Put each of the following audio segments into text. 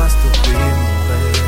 stopper mon rêve,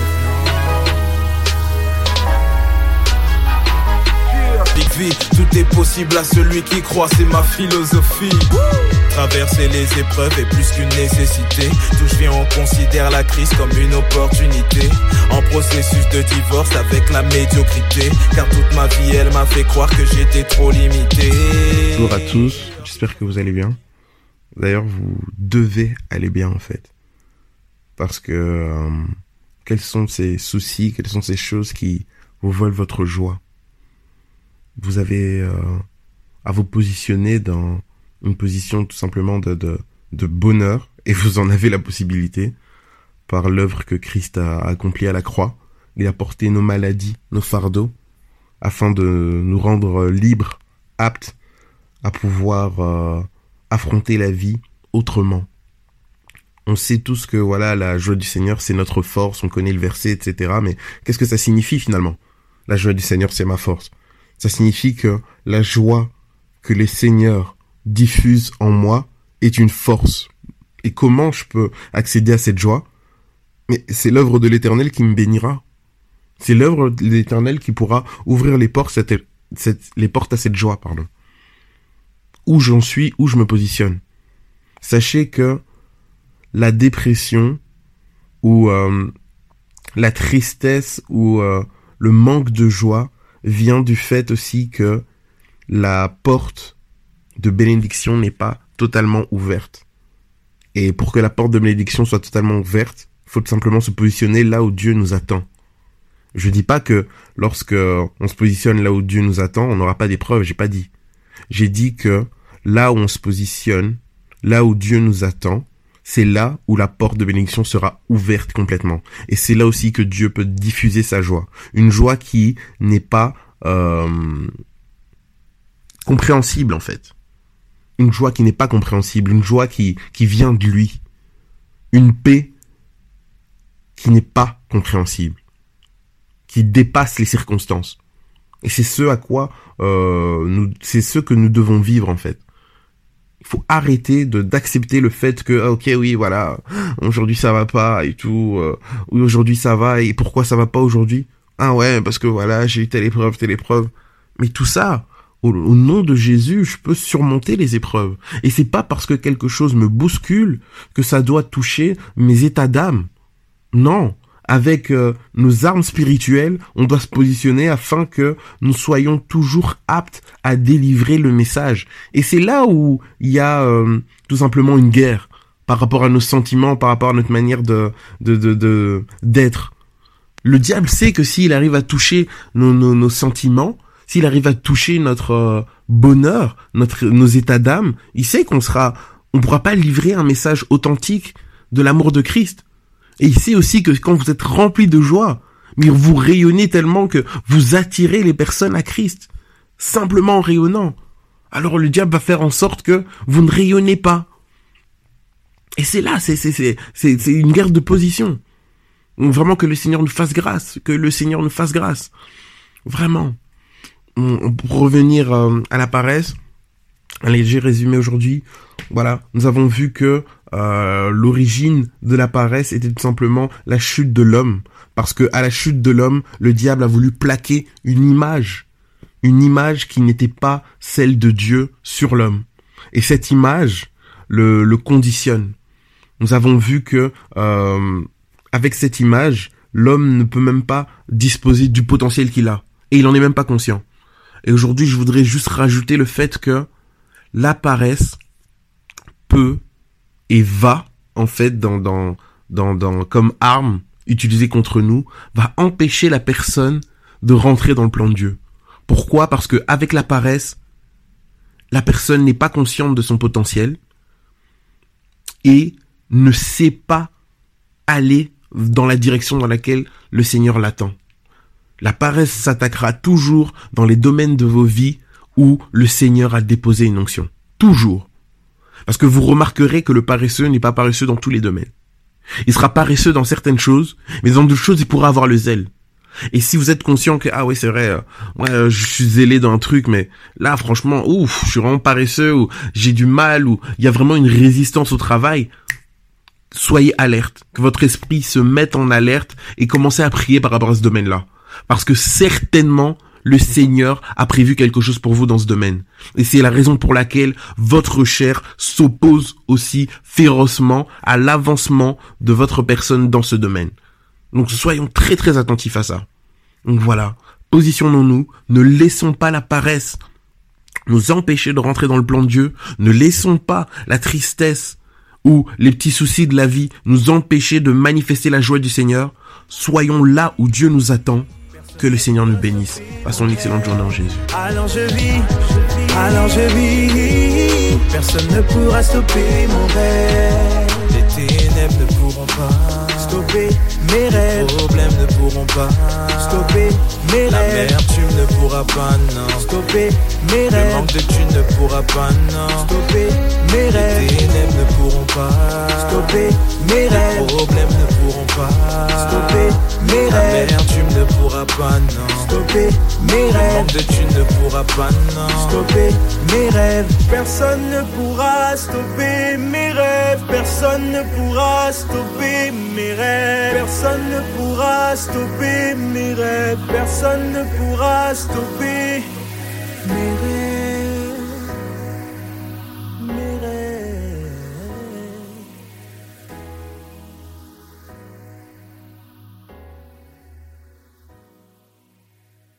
non. Big V, tout est possible à celui qui croit, c'est ma philosophie. Traverser les épreuves est plus qu'une nécessité. D'où je viens, on considère la crise comme une opportunité. En processus de divorce avec la médiocrité, car toute ma vie elle m'a fait croire que j'étais trop limité. Bonjour à tous, j'espère que vous allez bien. D'ailleurs, vous devez aller bien en fait. Parce que quels sont ces soucis, quelles sont ces choses qui vous volent votre joie? Vous avez à vous positionner dans une position tout simplement de bonheur, et vous en avez la possibilité par l'œuvre que Christ a accomplie à la croix. Il a porté nos maladies, nos fardeaux, afin de nous rendre libres, aptes à pouvoir affronter la vie autrement. On sait tous que voilà, la joie du Seigneur, c'est notre force, on connaît le verset, etc. Mais qu'est-ce que ça signifie finalement? La joie du Seigneur, c'est ma force. Ça signifie que la joie que le Seigneur diffuse en moi est une force. Et comment je peux accéder à cette joie? Mais c'est l'œuvre de l'Éternel qui me bénira. C'est l'œuvre de l'Éternel qui pourra ouvrir les portes à cette joie, pardon. Où j'en suis, où je me positionne. Sachez que la dépression ou la tristesse ou le manque de joie vient du fait aussi que la porte de bénédiction n'est pas totalement ouverte. Et pour que la porte de bénédiction soit totalement ouverte, il faut tout simplement se positionner là où Dieu nous attend. Je dis pas que lorsque on se positionne là où Dieu nous attend, on n'aura pas d'épreuves, j'ai pas dit. J'ai dit que là où on se positionne, là où Dieu nous attend, c'est là où la porte de bénédiction sera ouverte complètement. Et c'est là aussi que Dieu peut diffuser sa joie. Une joie qui n'est pas compréhensible en fait. Une joie qui n'est pas compréhensible, une joie qui vient de lui. Une paix qui n'est pas compréhensible, qui dépasse les circonstances. Et c'est ce à quoi c'est ce que nous devons vivre en fait. Il faut arrêter d'accepter le fait que ok oui voilà aujourd'hui ça va pas et tout oui aujourd'hui ça va et pourquoi ça va pas aujourd'hui? Ah ouais parce que voilà j'ai eu telle épreuve. Mais tout ça au nom de Jésus, je peux surmonter les épreuves. Et c'est pas parce que quelque chose me bouscule que ça doit toucher mes états d'âme. Non, avec nos armes spirituelles, on doit se positionner afin que nous soyons toujours aptes à délivrer le message. Et c'est là où il y a tout simplement une guerre par rapport à nos sentiments, par rapport à notre manière d'être. Le diable sait que s'il arrive à toucher nos sentiments, s'il arrive à toucher notre bonheur, nos états d'âme, il sait on pourra pas livrer un message authentique de l'amour de Christ. Et il sait aussi que quand vous êtes rempli de joie, mais vous rayonnez tellement que vous attirez les personnes à Christ, simplement en rayonnant. Alors le diable va faire en sorte que vous ne rayonnez pas. Et c'est là, c'est une guerre de position. Donc vraiment que le Seigneur nous fasse grâce, Vraiment. Pour revenir à la paresse, un léger résumé aujourd'hui. Voilà, nous avons vu que l'origine de la paresse était tout simplement la chute de l'homme. Parce que à la chute de l'homme, le diable a voulu plaquer une image qui n'était pas celle de Dieu sur l'homme. Et cette image le conditionne. Nous avons vu que avec cette image, l'homme ne peut même pas disposer du potentiel qu'il a. Et il en est même pas conscient. Et aujourd'hui, je voudrais juste rajouter le fait que la paresse peut et va, en fait, comme arme utilisée contre nous, va empêcher la personne de rentrer dans le plan de Dieu. Pourquoi? Parce que avec la paresse, la personne n'est pas consciente de son potentiel et ne sait pas aller dans la direction dans laquelle le Seigneur l'attend. La paresse s'attaquera toujours dans les domaines de vos vies où le Seigneur a déposé une onction. Toujours. Parce que vous remarquerez que le paresseux n'est pas paresseux dans tous les domaines. Il sera paresseux dans certaines choses, mais dans d'autres choses, il pourra avoir le zèle. Et si vous êtes conscient que, ah oui, c'est vrai, je suis zélé dans un truc, mais là, franchement, je suis vraiment paresseux, ou j'ai du mal, ou il y a vraiment une résistance au travail, soyez alerte, que votre esprit se mette en alerte et commencez à prier par rapport à ce domaine-là. Parce que certainement, le Seigneur a prévu quelque chose pour vous dans ce domaine. Et c'est la raison pour laquelle votre chair s'oppose aussi férocement à l'avancement de votre personne dans ce domaine. Donc soyons très très attentifs à ça. Donc voilà, positionnons-nous, ne laissons pas la paresse nous empêcher de rentrer dans le plan de Dieu, ne laissons pas la tristesse ou les petits soucis de la vie nous empêcher de manifester la joie du Seigneur. Soyons là où Dieu nous attend. Que le Seigneur nous bénisse. Passons une excellente journée en Jésus. Alors je vis, personne ne pourra stopper mon rêve. Les ténèbres ne pourront pas stopper mes rêves. Les problèmes ne pourront pas stopper mes rêves. L'amertume ne pourra pas, non, stopper mes rêves. Le manque de thunes ne pourra pas, non, stopper mes rêves. Les ténèbres ne pourront pas stopper mes rêves. Les problèmes ne pourront pas stopper mes rêves. L'amertume ne pourra pas, non, stopper mes rêves. Le manque de thunes ne pourra pas, non, stopper mes rêves. Personne ne pourra stopper mes rêves. Personne ne pourra stopper mes rêves. Personne ne pourra stopper mes rêves. Personne ne pourra stopper mes rêves.